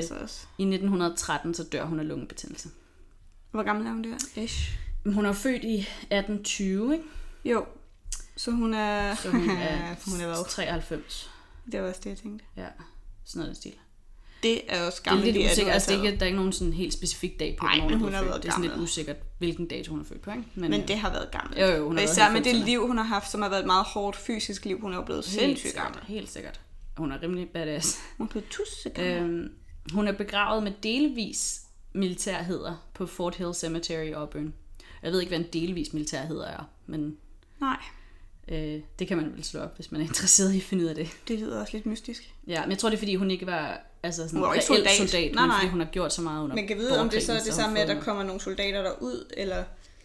1913, så dør hun af lungebetændelse. Hvor gammel er hun der? Hun er født i 1820, ikke? Jo. Så hun er... hun er 93. Det var også det, jeg tænkte. Ja, sådan noget stil. Det er også gammelt. Det er lidt usikkert. Altså, der er ikke nogen sådan helt specifik dag på, hvornår hun har været født. Det er sådan lidt usikkert, hvilken dato hun er født på, ikke? Men det har været gammelt. Jo, hun har været især med det liv, hun har haft, som har været et meget hårdt fysisk liv. Hun er jo blevet sindssygt gammel. Helt sikkert. Hun er rimelig badass. Hun er blevet tussegammel. Hun er begravet med delvis militærheder på Fort Hill Cemetery i Auburn. Jeg ved ikke, hvad en delvis militærheder er, men... Nej. Det kan man vel slå op, hvis man er interesseret i at finde ud af det. Det lyder også lidt mystisk. Ja, men jeg tror, det er, fordi hun ikke var sådan en reel soldat, men fordi hun har gjort så meget under men kan vide, om det så er det samme med, at der kommer nogle soldater derud, eller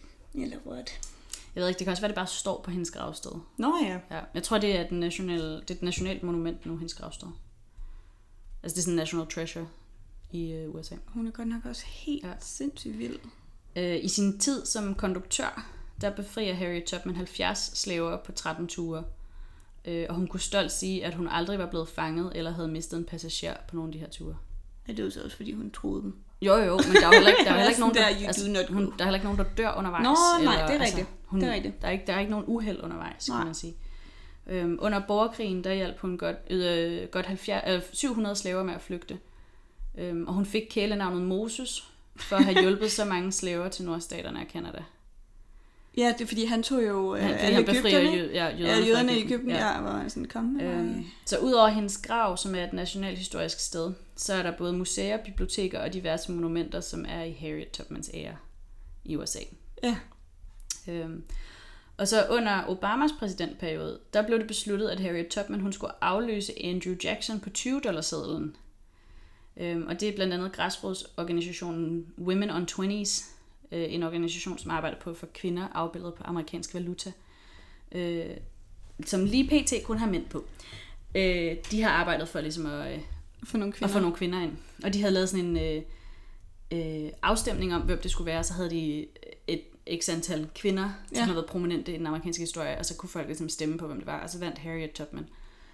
what? Jeg ved ikke, det kan også være, det bare står på hendes gravsted. Nå ja. Jeg tror, det er et nationalt monument nu, hendes gravsted. Altså, det er sådan en national treasure i USA. Hun er godt nok også helt sindssygt vild. I sin tid som konduktør, der befrier Harriet Tubman 70 slaver på 13 ture. Og hun kunne stolt sige, at hun aldrig var blevet fanget eller havde mistet en passager på nogle af de her ture. Ja, det er jo så også, fordi hun troede dem. Jo, men der er heller ikke nogen, der er heller ikke nogen, der dør undervejs. Nej, det er rigtigt. Det er rigtigt. Der er ikke nogen uheld undervejs, kan man sige. Under borgerkrigen, der hjalp hun godt 700 slaver med at flygte. Og hun fik kælenavnet Moses for at have hjulpet så mange slaver til nordstaterne af Canada. Ja, det er fordi han tog jo alle jøderne i Egypten, var sådan kommende. Så udover hendes grav, som er et nationalhistorisk sted, så er der både museer, biblioteker og diverse monumenter, som er i Harriet Tubmans ære i USA. Ja. Og så under Obamas præsidentperiode, der blev det besluttet, at Harriet Tubman hun skulle afløse Andrew Jackson på $20-sedlen. Og det er blandt andet græsrodsorganisationen Women on 20s, en organisation, som arbejder på for kvinder afbildet på amerikansk valuta, som lige pt. Kun har mænd på. De har arbejdet for ligesom at få nogle kvinder ind. Og de havde lavet sådan en afstemning om, hvem det skulle være, så havde de et x antal kvinder, som havde været prominente i den amerikanske historie, og så kunne folk ligesom stemme på, hvem det var, og så vandt Harriet Tubman.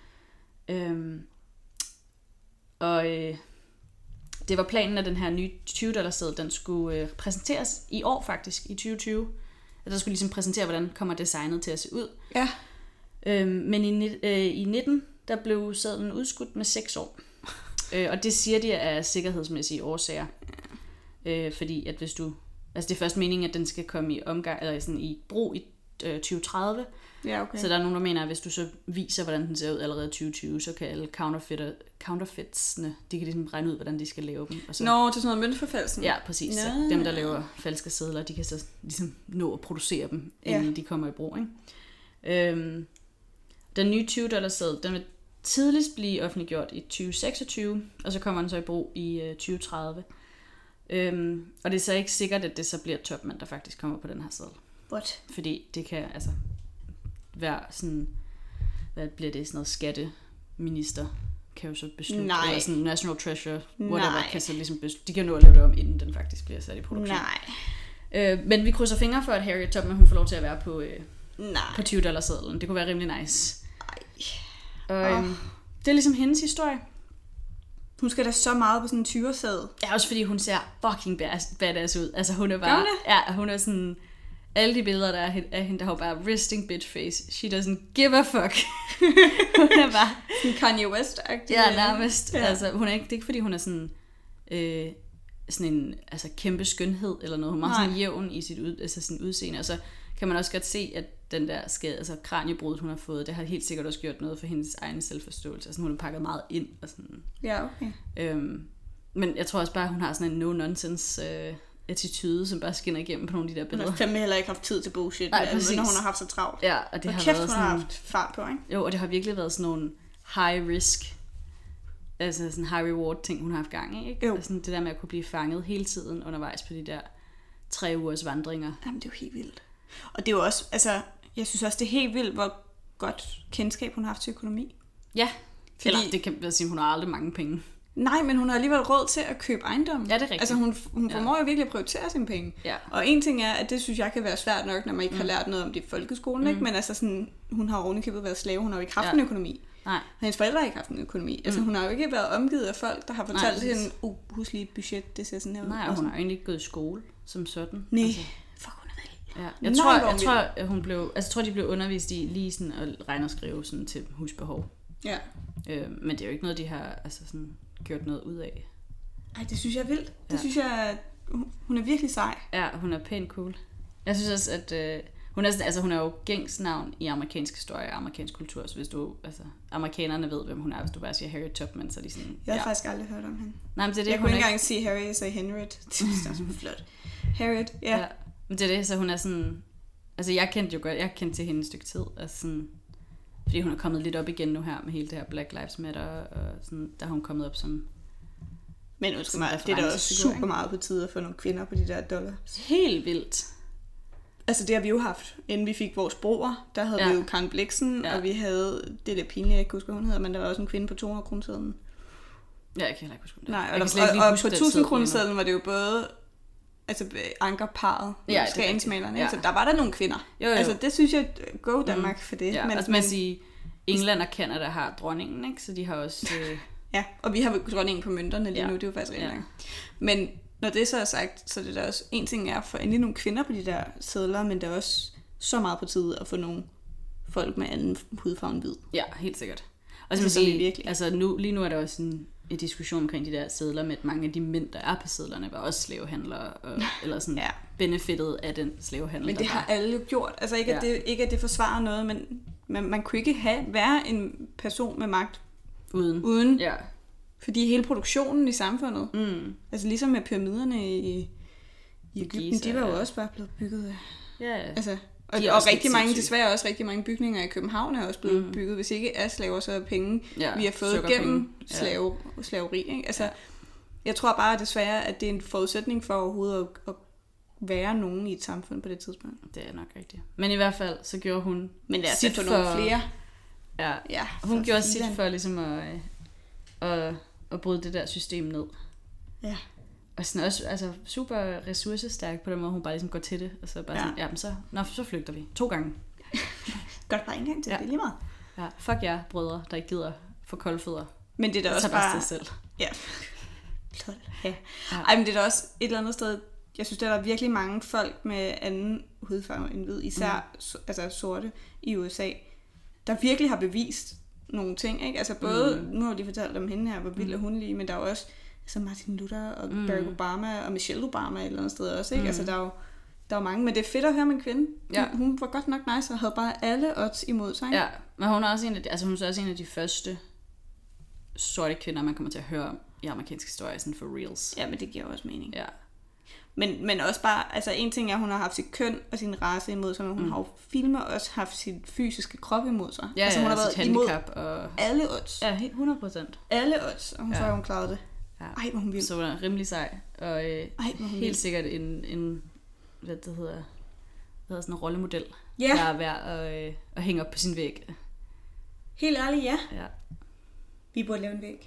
Det var planen, at den her nye $20-seddel, den skulle præsenteres i år faktisk, i 2020. At der skulle ligesom præsentere, hvordan kommer designet til at se ud. Ja. Men i 19, der blev sedlen udskudt med 6 år. Og det siger de af sikkerhedsmæssige årsager. Fordi at hvis du... Altså det er først meningen, at den skal komme i omgang, eller sådan i brug i 2030. Ja, okay. Så der er nogen, der mener, at hvis du så viser, hvordan den ser ud allerede i 2020, så kan alle counterfeitsene, de kan ligesom regne ud, hvordan de skal lave dem. Og så... til sådan noget møntforfaldsning. Ja, præcis. Så dem, der laver falske sedler, de kan så ligesom nå at producere dem, inden de kommer i brug. Ikke? Den nye $20-seddel, den vil tidligst blive offentliggjort i 2026, og så kommer den så i brug i 2030. Og det er så ikke sikkert, at det så bliver Tubman, der faktisk kommer på den her seddel. What? Fordi det kan altså være sådan, hvad bliver det, sådan noget skatteminister kan jo så beslutte, eller sådan National Treasure, whatever, kan så ligesom de kan nå at lave det om, inden den faktisk bliver sat i produktion. Men vi krydser fingre for, at Harriet Tubman, hun får lov til at være på $20-sedlen. Det kunne være rimelig nice. Og det er ligesom hendes historie. Hun skal da så meget på sådan en 20'er-seddel. Ja, også fordi hun ser fucking badass ud. Altså hun er bare... Ja, hun er sådan... Alle de billeder, der er af hende, der har bare resting bitch face. She doesn't give a fuck. Hun er bare... Sådan Kanye West-agtig. Ja, nærmest. Ja. Altså, hun er ikke, det er ikke, fordi hun er sådan... sådan en kæmpe skønhed eller noget. Hun er meget sådan jævn i sit sin udseende. Og så kan man også godt se, at den der skade, kraniebrud, hun har fået, det har helt sikkert også gjort noget for hendes egen selvforståelse. Altså, hun har pakket meget ind og sådan. Ja, okay. Men jeg tror også bare, at hun har sådan en no-nonsense attitude, som bare skinner igennem på nogle af de der billeder. Hun har fandme heller ikke haft tid til bullshit, når hun har haft så travlt. Ja, og det har kæft, været hun sådan... har haft fart på, ikke? Jo, og det har virkelig været sådan nogle high risk, altså sådan high reward ting, hun har haft gang i, ikke? Jo. Altså det der med at kunne blive fanget hele tiden undervejs på de der 3 ugers vandringer. Jamen, det er jo helt vildt. Og det er jo også, jeg synes også, det er helt vildt, hvor godt kendskab hun har haft til økonomi. Ja, eller det kan jeg sige, hun har aldrig mange penge. Nej, men hun har alligevel råd til at købe ejendom. Ja, det er rigtigt. Altså hun formår jo virkelig at prioritere sine penge. Ja. Og en ting er, at det synes jeg kan være svært nok, når man ikke har lært noget om det i folkeskolen, ikke? Men altså sådan, hun har ovenikøbet været slave, hun har jo ikke haft en økonomi. Nej. Hendes forældre har ikke haft en økonomi. Altså hun har jo ikke været omgivet af folk, der har fortalt hende, husk lige et budget, det ser sådan her ud. Nej, og hun har egentlig ikke gået i skole som sådan. Nej, fuck, hun er vel. Ja. Jeg tror, de blev undervist i lige sådan at regne og skrive sådan til husbehov. Ja. Men det er jo ikke noget, de har sådan gjort noget ud af. Ej, det synes jeg er vildt. Det synes jeg, hun er virkelig sej. Ja, hun er pænt cool. Jeg synes også, at hun er jo gængs navn i amerikansk historie og amerikansk kultur, så hvis du, amerikanerne ved, hvem hun er, hvis du bare siger Harriet Tubman, så er de sådan... Jeg har faktisk aldrig hørt om hende. Nej, men det er det, jeg kunne ikke engang sige Harriet, så Henriette. Det synes jeg er så flot. Harriet, ja. Men det er det, så hun er sådan... Altså, jeg kendte til hende et stykke tid, altså sådan... Fordi hun er kommet lidt op igen nu her med hele det her Black Lives Matter, og sådan, der har hun kommet op som... Men undskyld mig, det er da også super meget på tide at få nogle kvinder på de der dollar. Helt vildt. Altså det har vi jo haft, inden vi fik vores broer, der havde vi jo Karen Bliksen, og vi havde, det der pinlige, jeg ikke husker, hvad hun hedder, men der var også en kvinde på 200 kronesedlen. Ja, jeg kan heller ikke huske det. Nej, og på 1000 kronesedlen var det jo både ankerparet, skæringsmalerne, så der var der nogle kvinder. Jo. Altså det synes jeg, go Danmark for det. Ja, men altså man siger, England og Canada har dronningen, ikke? Så de har også... Ja, og vi har dronningen på mønterne lige nu, det er jo faktisk rigtig langt. Men når det så er sagt, så er det der også, en ting er for endelig nogle kvinder på de der sedler, men der er også så meget på tide at få nogle folk med anden hudfarve hvid. Ja, helt sikkert. Og så sige, altså lige nu er der også en diskussion omkring de der sedler med, at mange af de mænd, der er på sedlerne, var også slavehandlere, eller sådan benefitet af den slavehandel. Men det har alle jo gjort. Altså ikke at det forsvarer noget, men man kunne ikke være en person med magt uden. Ja. Fordi hele produktionen i samfundet, altså ligesom med pyramiderne i Egypten, de var jo også bare blevet bygget af. Ja. Altså, Og rigtig mange, desværre også rigtig mange bygninger i København er også blevet bygget, hvis ikke af slaver, så er penge, vi har fået gennem slaveri. Ikke? Altså, jeg tror bare desværre, at det er en forudsætning for overhovedet at være nogen i et samfund på det tidspunkt. Det er nok rigtigt. Men i hvert fald, så gjorde hun sit for nogle flere. Ja, hun gjorde sit for ligesom at bryde det der system ned. Ja. Og sådan også altså, super ressourcestærk på den måde, hun bare ligesom går til det. Og så bare sådan, jamen så flygter vi 2 gange. Godt bare en gang til, det er lige meget. Ja, fuck jer, brødre, der ikke gider få kolde fødder. Men det er da også bare selv. Ja. Ja. Ej, men det er da også et eller andet sted, jeg synes, der er virkelig mange folk med anden hudfarve end hvid, især altså sorte i USA, der virkelig har bevist nogle ting, ikke? Altså både, nu har jeg lige fortalt om hende her, hvor vild er hun lige, men der er også altså Martin Luther og Barack Obama og Michelle Obama et eller andet sted også, ikke? Altså der er jo mange, men det er fedt at høre med en kvinde. Hun var godt nok nice og havde bare alle odds imod sig. Ja, men hun er også en af de første sorte kvinder, man kommer til at høre om i amerikansk historie, sådan for reals. Ja, men det giver også mening. Ja. Men også bare, altså en ting er, at hun har haft sit køn og sin race imod sig, men hun har jo filmet også haft sin fysiske krop imod sig. Ja, altså hun har været imod og alle odds. Ja, 100%. Alle odds, og så har hun klaret det. Ja. Ej, hvor hun vild. Så hun er rimelig sej, og helt vild. sikkert en hvad det hedder sådan en rollemodel, der er værd at hænge op på sin væg. Helt ærligt, ja. Vi burde lave en væg.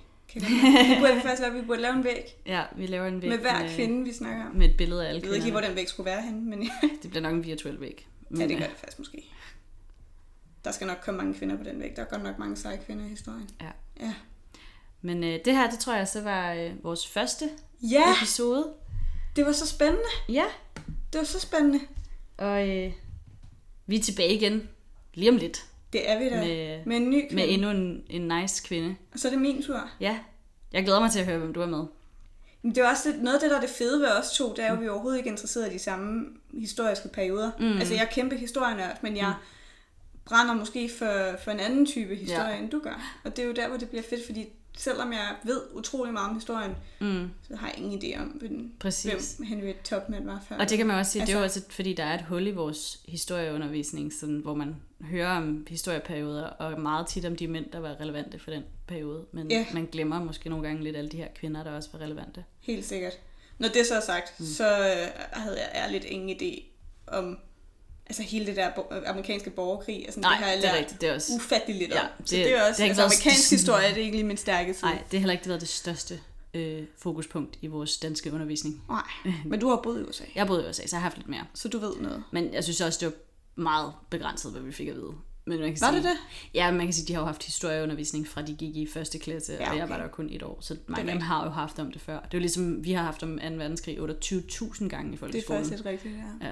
Vi burde lave en væg. Ja, vi laver en væg. Med hver kvinde, vi snakker om. Med et billede af alle kvinderne. Jeg ved ikke, hvor den væg skulle være henne, men det bliver nok en virtuel væg. Men, ja, det gør det faktisk måske. Der skal nok komme mange kvinder på den væg. Der er godt nok mange seje kvinder i historien. Ja. Men det her, det tror jeg så var vores første episode. Det var så spændende. Ja. Det var så spændende. Og vi er tilbage igen lige om lidt. Det er vi da. Med en ny kvinde. Med endnu en nice kvinde. Og så er det min tur. Ja. Jeg glæder mig til at høre, hvem du er med. Men det er også noget af det, der er det fede ved os to, det er jo, vi er overhovedet ikke interesseret i de samme historiske perioder. Altså, jeg er kæmpe historienørd, men jeg brænder måske for en anden type historie, end du gør. Og det er jo der, hvor det bliver fedt, fordi selvom jeg ved utrolig meget om historien, så har jeg ingen idé om, hvem Henriette Tubman var før. Og det kan man også sige, det er jo også, fordi der er et hul i vores historieundervisning, sådan, hvor man hører om historieperioder, og meget tit om de mænd, der var relevante for den periode. Men man glemmer måske nogle gange lidt alle de her kvinder, der også var relevante. Helt sikkert. Når det så er sagt, så havde jeg ærligt ingen idé om altså hele det der amerikanske borgerkrig. Altså, Nej, det har jeg lært det er også ufatteligt lidt om. Så det er også, det altså amerikansk historie, det er ikke lige min stærke side. Nej, det har heller ikke været det største fokuspunkt i vores danske undervisning. Nej, men du har boet i USA. Jeg har boet i USA, så jeg har haft lidt mere. Så du ved noget. Men jeg synes også, det var meget begrænset, hvad vi fik at vide. Men man kan var sige, det? Ja, man kan sige, de har jo haft historieundervisning fra de gik i første klasse, og jeg var der kun 1 år. Så mange af dem har jo haft om det før. Det er jo ligesom, vi har haft om 2. verdenskrig 28.000 gange i folkeskolen. Det er faktisk lidt rigtigt, ja.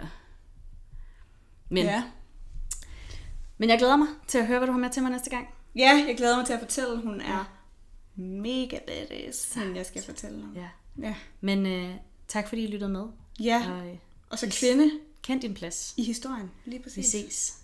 Men jeg glæder mig til at høre, hvad du har med til mig næste gang. Ja, jeg glæder mig til at fortælle. Hun er mega badass, men jeg skal fortælle om. Ja. Men tak fordi I lyttede med. Ja, og så kvinde. Kend din plads. I historien, lige præcis. Vi ses.